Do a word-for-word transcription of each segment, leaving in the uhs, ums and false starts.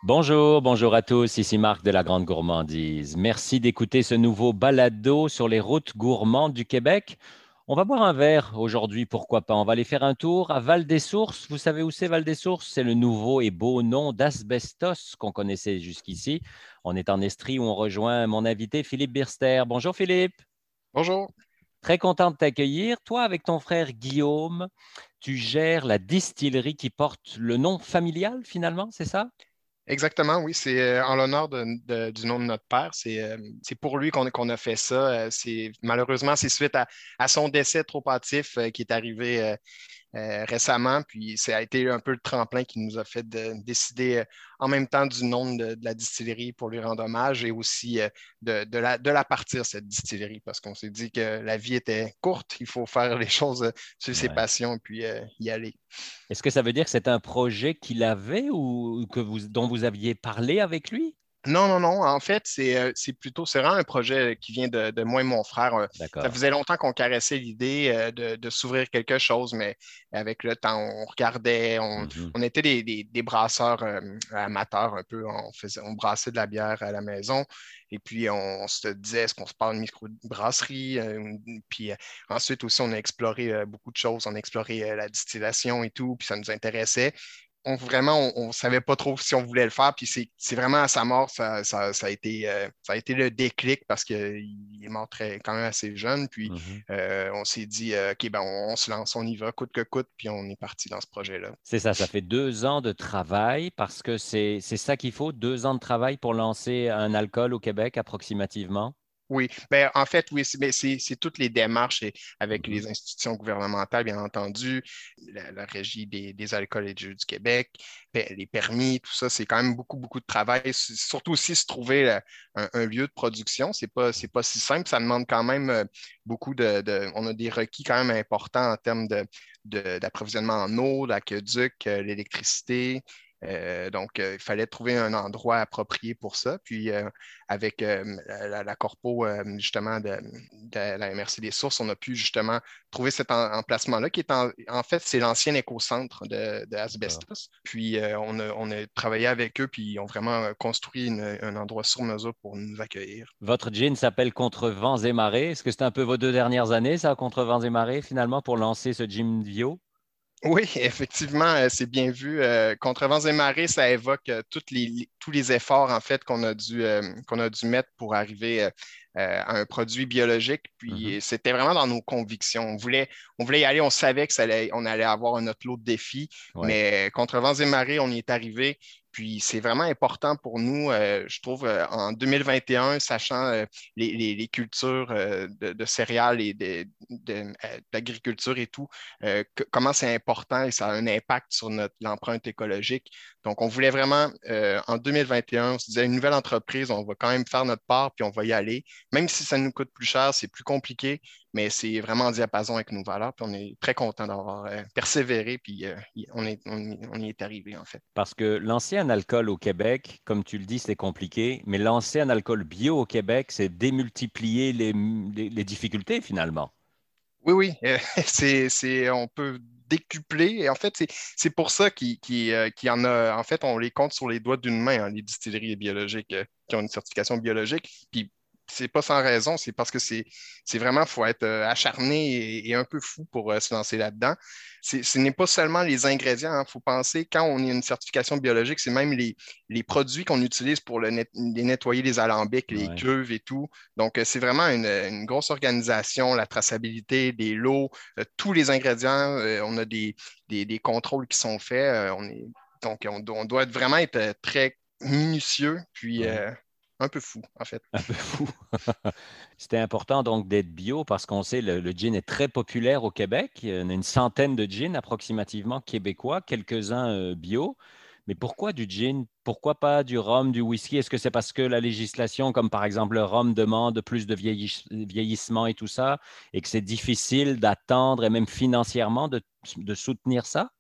Bonjour, bonjour à tous, ici Marc de la Grande Gourmandise. Merci d'écouter ce nouveau balado sur les routes gourmandes du Québec. On va boire un verre aujourd'hui, pourquoi pas. On va aller faire un tour à Val-des-Sources. Vous savez où c'est Val-des-Sources? C'est le nouveau et beau nom d'Asbestos qu'on connaissait jusqu'ici. On est en Estrie où on rejoint mon invité Philippe Birster. Bonjour Philippe, Bonjour. très content de t'accueillir. Toi, avec ton frère Guillaume, tu gères la distillerie qui porte le nom familial finalement, c'est ça? Exactement, oui, c'est euh, en l'honneur de- de- du nom de notre père. C'est euh, c'est pour lui qu'on qu'on a fait ça. Euh, c'est, malheureusement, c'est suite à, à son décès trop hâtif euh, qui est arrivé euh, euh, récemment. Puis ça a été un peu le tremplin qui nous a fait de- décider euh, en même temps du nom de, de la distillerie pour lui rendre hommage et aussi euh, de, de la, de la partir, cette distillerie, parce qu'on s'est dit que la vie était courte, il faut faire les choses euh, sur ses Ouais. passions et puis euh, y aller. Est-ce que ça veut dire que c'est un projet qu'il avait ou que vous, dont vous aviez parlé avec lui? Non, non, non. En fait, c'est euh, c'est plutôt, c'est vraiment un projet qui vient de, de moi et mon frère. Euh, Ça D'accord. faisait longtemps qu'on caressait l'idée euh, de, de s'ouvrir quelque chose, mais avec le temps, on regardait, on, Mhm. on était des, des- des brasseurs euh, amateurs un peu. On faisait, on brassait de la bière à la maison et puis on, on se disait, est-ce qu'on se parle de microbrasserie? Euh, puis euh, ensuite aussi, on a exploré euh, beaucoup de choses. On a exploré euh, la distillation et tout, puis ça nous intéressait on, vraiment, on ne savait pas trop si on voulait le faire. Puis c'est c'est vraiment à sa mort, ça, ça- ça a été, euh, ça a été le déclic parce qu'il est mort très, quand même assez jeune. Puis Mhm. euh, on s'est dit, euh, OK, ben, on, on se lance, on y va, coûte que coûte. Puis on est parti dans ce projet-là. C'est ça, ça fait deux ans de travail parce que c'est c'est ça qu'il faut, deux ans de travail pour lancer un alcool au Québec approximativement. Oui, ben, en fait, oui, c'est ben, c'est- c'est toutes les démarches et avec Mhm. les institutions gouvernementales, bien entendu, la, la régie des, des alcools et des jus du Québec, ben, les permis, tout ça, c'est quand même beaucoup, beaucoup de travail. C'est- Surtout aussi se trouver euh, un, un lieu de production, c'est pas, c'est pas si simple. Ça demande quand même euh, beaucoup de, de- On a des requis quand même importants en termes de, de- d'approvisionnement en eau, l'aqueduc, euh, l'électricité. Euh, donc, euh, il fallait trouver un endroit approprié pour ça. Puis, euh, avec euh, la, la corpo euh, justement de, de la M R C des Sources, on a pu justement trouver cet en- emplacement-là qui est en, en fait, c'est l'ancien écocentre de, de D'accord. Asbestos. Puis euh, on a, on a travaillé avec eux, puis ils ont vraiment construit une- un endroit sur mesure pour nous accueillir. Votre gin s'appelle Contre vents et marées. Est-ce que c'est un peu vos deux dernières années, ça, Contre vents et marées, finalement, pour lancer ce gin bio? Oui, effectivement, euh, c'est bien vu. Euh, contre vents et marées, ça évoque euh, toutes les- les- tous les efforts en fait qu'on a dû, euh, qu'on a dû mettre pour arriver euh, euh, à un produit biologique. Mhm. Puis c'était vraiment dans nos convictions. On voulait, on voulait y aller, on savait que ça allait, on allait avoir un autre lot de défis, Ouais. mais contre vents et marées, on y est arrivé. Puis c'est vraiment important pour nous, euh, je trouve, euh, en deux mille vingt et un, sachant euh, les, les- les cultures euh, de, de céréales et de, de- euh, d'agriculture et tout euh, que- comment c'est important et ça a un impact sur notre, l'empreinte écologique. Donc, on voulait vraiment, euh, en deux mille vingt et un, on se disait, une nouvelle entreprise, on va quand même faire notre part, puis on va y aller. Même si ça nous coûte plus cher, c'est plus compliqué, mais c'est vraiment en diapason avec nos valeurs, puis on est très content d'avoir euh, persévéré, puis euh, y- on est, on, y on y est arrivé, en fait. Parce que lancer un alcool au Québec, comme tu le dis, c'est compliqué, mais lancer un alcool bio au Québec, c'est démultiplier les, les- les difficultés finalement. Oui, oui, euh, c'est, c'est, on peut décupler. Et en fait, c'est, c'est pour ça qu'il qu'il, euh, qu'il y en a. En fait, on les compte sur les doigts d'une main, hein, les distilleries biologiques euh, qui ont une certification biologique. Puis, c'est pas sans raison, c'est parce que c'est, c'est vraiment, faut être euh, acharné et, et un peu fou pour euh, se lancer là-dedans. C'est, ce n'est pas seulement les ingrédients. Il faut penser, quand on a une certification biologique, c'est même les, les produits qu'on utilise pour le net- les nettoyer les alambics, les Ouais. cuves et tout. Donc, euh, c'est vraiment une, une grosse organisation, la traçabilité des lots, euh, tous les ingrédients. Euh, on a des, des, des contrôles qui sont faits. Euh, on est, donc, on, doit on doit être vraiment être euh, très minutieux, puis Ouais. euh, un peu fou, en fait. Un peu fou. C'était important donc d'être bio parce qu'on sait le, le gin est très populaire au Québec. Il y en a une centaine de gins approximativement québécois, quelques-uns euh, bio. Mais pourquoi du gin? Pourquoi pas du rhum, du whisky? Est-ce que c'est parce que la législation, comme par exemple le rhum, demande plus de vieillis- vieillissement et tout ça, et que c'est difficile d'attendre et même financièrement de, de soutenir ça?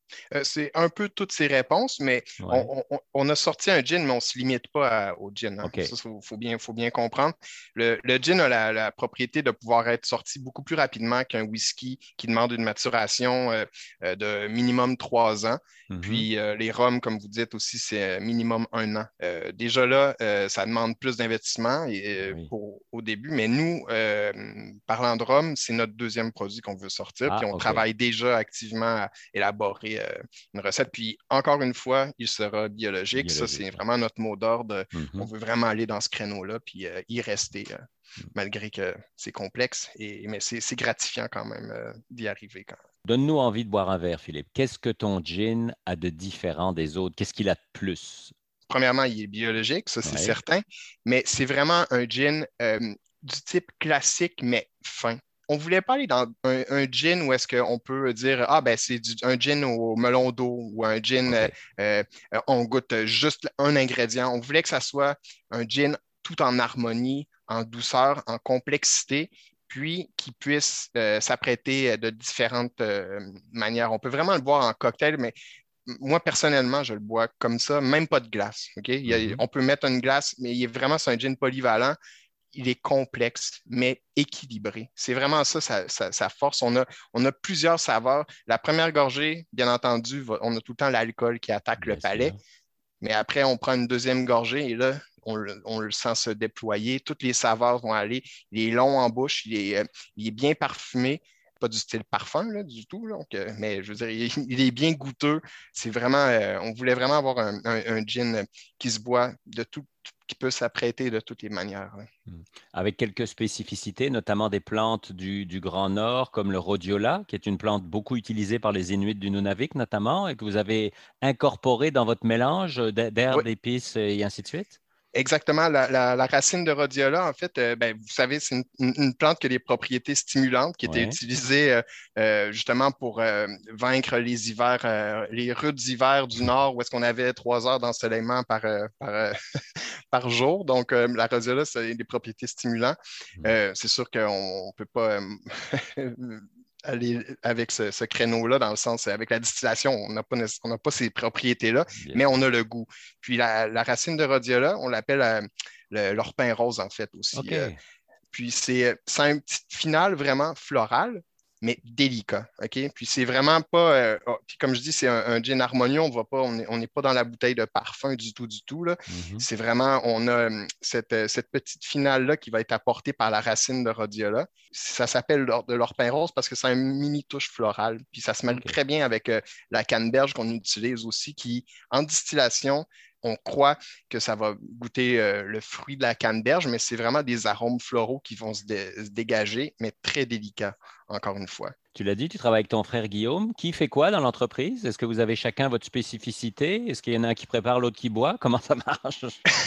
Euh, c'est un peu toutes ces réponses, mais Ouais. on, on- on a sorti un gin, mais on ne se limite pas à- au gin, hein. OK. Ça, il faut, faut bien, faut bien comprendre. Le, le gin a la, la propriété de pouvoir être sorti beaucoup plus rapidement qu'un whisky qui demande une maturation euh, euh, de minimum trois ans. Mhm. Puis euh, les rhums, comme vous dites aussi, c'est euh, minimum un an. Euh, déjà là, euh, ça demande plus d'investissement et, Ben euh, oui. pour, au début, mais nous, euh, parlant de rhum, c'est notre deuxième produit qu'on veut sortir. Puis Ah, on OK. travaille déjà activement à élaborer euh, une recette. Puis encore une fois, il sera biologique. Ça, c'est Biologique. vraiment notre mot d'ordre. On Mhm. veut vraiment aller dans ce créneau-là, puis euh, y rester, euh, Mhm. malgré que c'est complexe. Et, mais c'est c'est gratifiant quand même euh, d'y arriver quand même. Donne-nous envie de boire un verre, Philippe. Qu'est-ce que ton gin a de différent des autres? Qu'est-ce qu'il a de plus? Premièrement, il est biologique, ça c'est Oui. certain, mais c'est vraiment un gin euh, du type classique, mais fin. On ne voulait pas aller dans un, un gin où est-ce qu'on peut dire ah ben c'est du- un gin au melon d'eau ou un gin euh, OK. euh, on goûte juste un ingrédient. On voulait que ça soit un gin tout en harmonie, en douceur, en complexité, puis qui puisse euh, s'apprêter de différentes euh, manières. On peut vraiment le boire en cocktail, mais moi, personnellement, je le bois comme ça, même pas de glace. OK? Il y a- Mhm. on peut mettre une glace, mais il est vraiment, c'est un gin polyvalent. Il est complexe, mais équilibré. C'est vraiment ça, sa, sa- sa force. On a, on a plusieurs saveurs. La première gorgée, bien entendu, va- on a tout le temps l'alcool qui attaque le Bien palais, sûr. mais après, on prend une deuxième gorgée et là, on, le on le sent se déployer. Toutes les saveurs vont aller. Il est long en bouche, il est, euh, il est bien parfumé. Pas du style parfum là, du tout, là. Donc, euh, mais je veux dire, il est, il est bien goûteux. C'est vraiment, euh, on voulait vraiment avoir un, un- un gin qui se boit de tout, qui peut s'apprêter de toutes les manières, là. Mm. Avec quelques spécificités, notamment des plantes du, du Grand Nord, comme le rhodiola, qui est une plante beaucoup utilisée par les Inuits du Nunavik notamment, et que vous avez incorporé dans votre mélange d- Oui, d'herbes, d'épices et ainsi de suite. exactement. La, la- la racine de rhodiola, en fait, euh, ben, vous savez, c'est une, une- une plante qui a des propriétés stimulantes, qui était Oui. utilisée euh, euh, justement pour euh, vaincre les hivers, euh, les rudes hivers du Nord, où est-ce qu'on avait trois heures d'ensoleillement par, euh, par, euh, par jour. Donc, euh, la rhodiola, ça a des propriétés stimulantes. Mm. Euh, c'est sûr qu'on ne peut pas euh, aller avec ce, ce créneau-là, dans le sens, avec la distillation, on n'a pas, nécess- on n'a pas ces propriétés-là, Bien mais on sûr. a le goût. Puis la, la racine de rhodiola, on l'appelle euh, le- l'orpin rose, en fait, aussi. Euh, OK. puis c'est c'est un petit final vraiment floral, mais délicat. OK? Puis c'est vraiment pas. Euh, oh, puis comme je dis, c'est un, un gin harmonieux. On va pas, on n'est on n'est pas dans la bouteille de parfum du tout, du tout, là. Mhm. C'est vraiment, on a euh, cette, euh, cette petite finale-là qui va être apportée par la racine de rhodiola. Ça s'appelle l'or- de l'orpin rose parce que c'est un mini touche florale. Puis ça se mêle OK. très bien avec euh, la canneberge qu'on utilise aussi, qui, en distillation, on croit que ça va goûter euh, le fruit de la canneberge, mais c'est vraiment des arômes floraux qui vont se, dé- se dégager, mais très délicats, encore une fois. Tu l'as dit, tu travailles avec ton frère Guillaume. Qui fait quoi dans l'entreprise? Est-ce que vous avez chacun votre spécificité? Est-ce qu'il y en a un qui prépare, l'autre qui boit? Comment ça marche?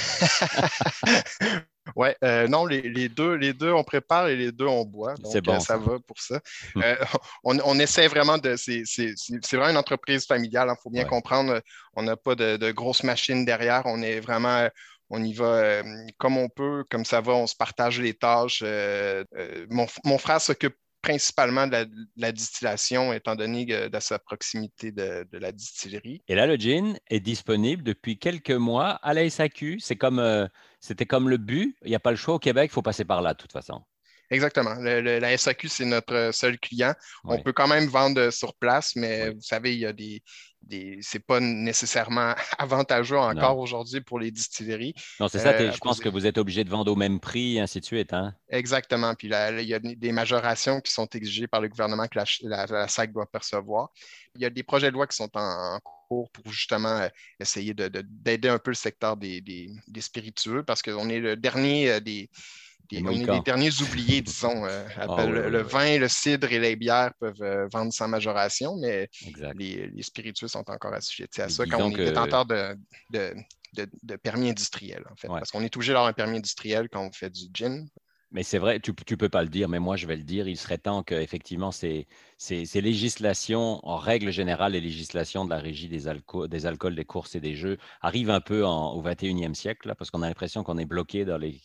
Ouais, euh, non, les, les deux, les deux, on prépare et les deux, on boit. C'est Donc, euh, bon, ça ça. va pour ça. Euh, on, on essaie vraiment de. C'est c'est- c'est- c'est vraiment une entreprise familiale, il faut bien Ouais. comprendre. On n'a pas de, de grosses machines derrière. On est vraiment. On y va euh, comme on peut, comme ça va, on se partage les tâches. Euh, euh, mon, mon frère s'occupe principalement de la, de la distillation, étant donné que- de sa proximité de, de la distillerie. Et là, le gin est disponible depuis quelques mois à la S A Q. C'est comme, euh, c'était comme le but. Il n'y a pas le choix au Québec, il faut passer par là de toute façon. Exactement. Le- le- la S A Q, c'est notre seul client. On Oui, peut quand même vendre sur place, mais oui. vous savez, il y a des, des... c'est pas nécessairement avantageux encore Non. aujourd'hui pour les distilleries Non, c'est ça. euh, t'es- à Je cause pense des- que vous êtes obligé de vendre au même prix, et ainsi de suite, hein? Exactement. Puis là, il y a des majorations qui sont exigées par le gouvernement que la, la, la S A C doit percevoir. Il y a des projets de loi qui sont en, en cours pour justement euh, essayer de, de- d'aider un peu le secteur des, des, des spiritueux parce qu'on est le dernier euh, des Les des- on est les Mohicans. derniers oubliés, disons. Euh, Ah oui, le, oui, le oui. vin, le cidre et les bières peuvent euh, vendre sans majoration, mais Exact. les, les spiritueux sont encore assujettis à Et ça quand on disons est que, détenteur de, de, de- de permis industriel, en fait. ouais. Parce qu'on est obligé d'avoir un permis industriel quand on fait du gin. Mais c'est vrai, tu ne peux pas le dire, mais moi je vais le dire. Il serait temps que effectivement ces, ces, ces législations, en règle générale, les législations de la régie des, alco- des alcools, des courses et des jeux arrivent un peu en- au vingt et unième siècle, là, parce qu'on a l'impression qu'on est bloqué dans les,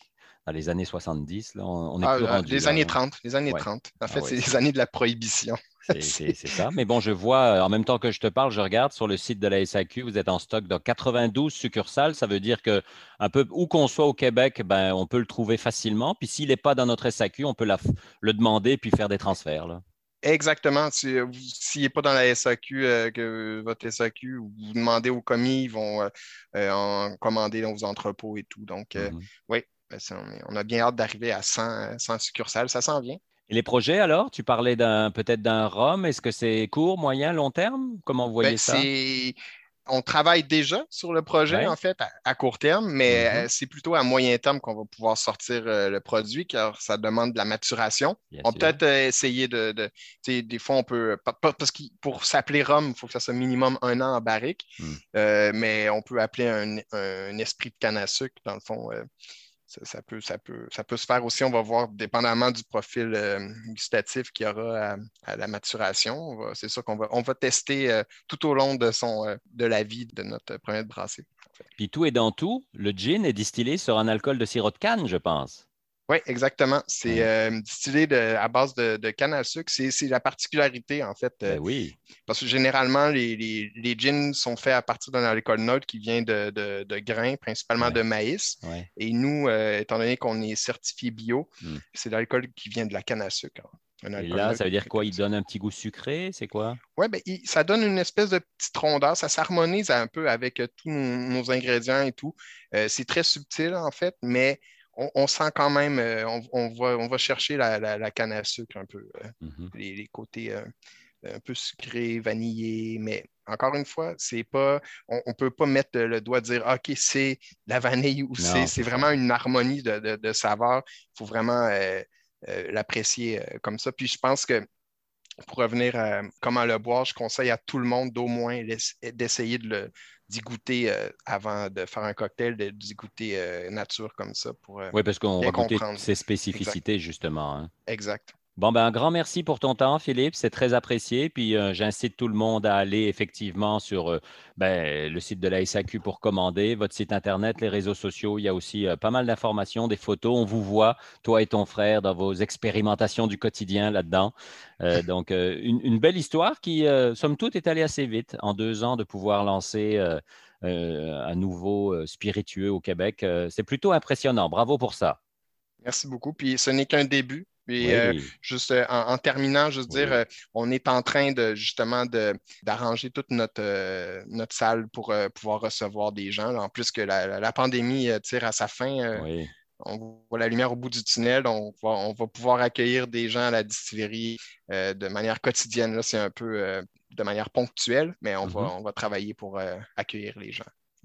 Dans les années soixante-dix, là, on n'est Ah, plus euh, rendu les là. années Là. trente, les années Ouais. trente. En Ah fait, ouais, c'est les c'est années de la prohibition. c'est- c'est- c'est ça. Mais bon, je vois, euh, en même temps que je te parle, je regarde sur le site de la S A Q, vous êtes en stock de quatre-vingt-douze succursales. Ça veut dire que un peu où qu'on soit au Québec, ben, on peut le trouver facilement. Puis s'il n'est pas dans notre S A Q, on peut la f- le demander puis faire des transferts, là. Exactement. Si, euh, vous- S'il n'est pas dans la S A Q, euh, que votre S A Q, vous demandez aux commis, ils vont euh, euh, en commander dans vos entrepôts et tout. Donc, euh, Mhm. oui, ben, ça, on, est- on a bien hâte d'arriver à cent, euh, cent succursales. Ça s'en vient. Et les projets alors? Tu parlais d'un peut-être d'un ROM. Est-ce que c'est court, moyen, long terme? Comment vous Ben, voyez ça? c'est... On travaille déjà sur le projet, en Oui. fait, à, à court terme, mais euh, c'est plutôt à moyen terme qu'on va pouvoir sortir euh, le produit, car ça demande de la maturation. Bien On peut sûr. peut-être euh, essayer de, de- tu sais, des fois, on peut, pa- pa- parce que pour s'appeler rhum, il faut que ça soit minimum un an en barrique, Hmm. euh, mais on peut appeler un, un esprit de canne à sucre, dans le fond. euh, ça, ça peut, ça peut, ça peut se faire aussi. On va voir, dépendamment du profil euh, gustatif qu'il y aura à, à la maturation. On va- C'est sûr qu'on va, on va tester euh, tout au long de, son, euh, de la vie de notre première brassée. Puis tout est dans tout. Le gin est distillé sur un alcool de sirop de canne, je pense. Oui, exactement. C'est Ouais. euh, distillé de- à base de, de canne à sucre. C'est c'est la particularité, en fait, euh, Ben oui. parce que généralement, les, les, les gins sont faits à partir d'un alcool neutre qui vient de, de, de grains, principalement Ouais. de maïs. Ouais. Et nous, euh, étant donné qu'on est certifié bio, Hmm. c'est l'alcool qui vient de la canne à sucre, hein. Un Et alcool là, ça neutre veut dire qui quoi? vient Il de ça. donne un petit goût sucré, c'est quoi? Ouais, ben, il- ça donne une espèce de petite rondeur. Ça s'harmonise un peu avec euh, tous nos, nos ingrédients et tout. Euh, c'est très subtil, en fait, mais on, on sent quand même, euh, on, on va, on va chercher la, la- la canne à sucre un peu, euh, Mhm. les, les côtés euh, un peu sucrés, vanillés, mais encore une fois, c'est pas, on, on peut pas mettre le doigt dire, OK, c'est la vanille ou c'est, Non, c'est c'est vraiment ça. une harmonie de, de, de saveurs. Il faut vraiment euh, euh, l'apprécier euh, comme ça. Puis je pense que pour revenir à comment le boire, je conseille à tout le monde d'au moins l'ess- d'essayer de le, d'y goûter euh, avant de faire un cocktail, de- d'y goûter euh, nature comme ça pour euh, Oui, parce qu'on bien va goûter comprendre. ses Exact, spécificités, justement, hein. exact. Bon, ben, un grand merci pour ton temps, Philippe. C'est très apprécié. Puis, euh, j'incite tout le monde à aller effectivement sur euh, ben, le site de la S A Q pour commander, votre site Internet, les réseaux sociaux. Il y a aussi euh, pas mal d'informations, des photos. On vous voit, toi et ton frère, dans vos expérimentations du quotidien là-dedans. Euh, donc, euh, une, une belle histoire qui, euh, somme toute, est allée assez vite. En deux ans, de pouvoir lancer euh, euh, un nouveau euh, spiritueux au Québec. Euh, c'est plutôt impressionnant. Bravo pour ça. Merci beaucoup. Puis ce n'est qu'un début. Et euh, Oui, juste euh, en, en terminant, juste dire, oui. euh, on est en train de justement de, d'arranger toute notre, euh, notre salle pour euh, pouvoir recevoir des gens, là. En plus que la, la- la pandémie euh, tire à sa fin, euh, Oui. on voit la lumière au bout du tunnel. On va, on va pouvoir accueillir des gens à la distillerie euh, de manière quotidienne. Là, c'est un peu euh, de manière ponctuelle, mais on va, Mhm. on va travailler pour euh, accueillir les gens.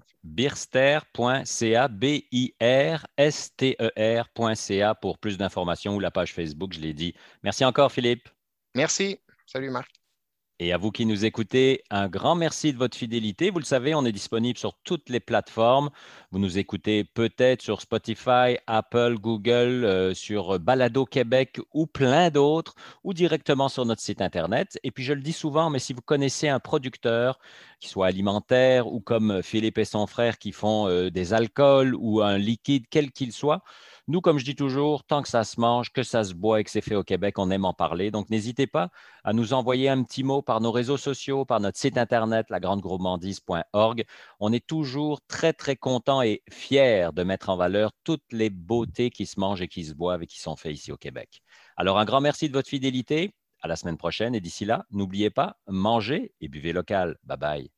birster point c a, B I R S T E R point C A pour plus d'informations ou la page Facebook, je l'ai dit. Merci encore, Philippe. Merci. Salut, Marc. Et à vous qui nous écoutez, un grand merci de votre fidélité. Vous le savez, on est disponible sur toutes les plateformes. Vous nous écoutez peut-être sur Spotify, Apple, Google, euh, sur Balado Québec ou plein d'autres, ou directement sur notre site Internet. Et puis, je le dis souvent, mais si vous connaissez un producteur, qui soit alimentaire ou comme Philippe et son frère qui font euh, des alcools ou un liquide, quel qu'il soit, nous, comme je dis toujours, tant que ça se mange, que ça se boit et que c'est fait au Québec, on aime en parler. Donc, n'hésitez pas à nous envoyer un petit mot par nos réseaux sociaux, par notre site internet, la grande gourmandise point org. On est toujours très, très content et fiers de mettre en valeur toutes les beautés qui se mangent et qui se boivent et qui sont faites ici au Québec. Alors, un grand merci de votre fidélité. À la semaine prochaine et d'ici là, n'oubliez pas, mangez et buvez local. Bye bye.